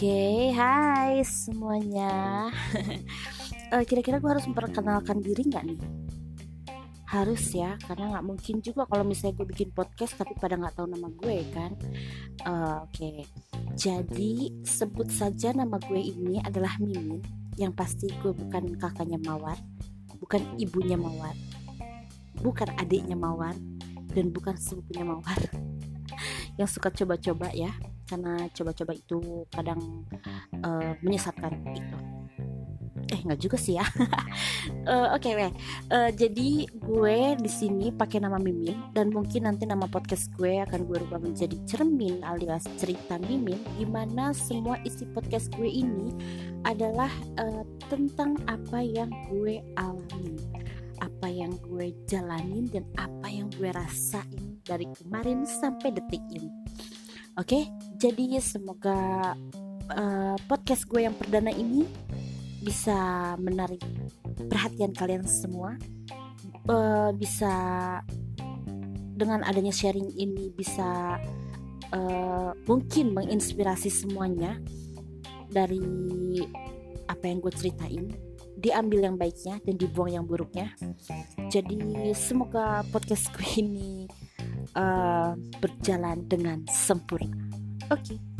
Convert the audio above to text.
Oke, hai semuanya. Kira-kira gue harus memperkenalkan diri nggak nih? Harus ya, karena nggak mungkin juga kalau misalnya gue bikin podcast tapi pada nggak tahu nama gue kan. Oke, jadi sebut saja nama gue ini adalah Mimin. Yang pasti gue bukan kakaknya Mawar, bukan ibunya Mawar, bukan adiknya Mawar, dan bukan sepupunya Mawar. Yang suka coba-coba ya, karena coba-coba itu kadang menyesatkan itu. Nggak juga sih ya. Oke, weh. Jadi gue di sini pakai nama Mimin, dan mungkin nanti nama podcast gue akan gue rubah menjadi Cermin alias Cerita Mimin, di mana semua isi podcast gue ini adalah tentang apa yang gue alami, apa yang gue jalanin, dan apa yang gue rasain dari kemarin sampai detik ini. Oke, jadi semoga podcast gue yang perdana ini bisa menarik perhatian kalian semua. Bisa dengan adanya sharing ini bisa mungkin menginspirasi semuanya dari apa yang gue ceritain. Diambil yang baiknya dan dibuang yang buruknya. Jadi semoga podcast gue ini berjalan dengan sempurna. Oke.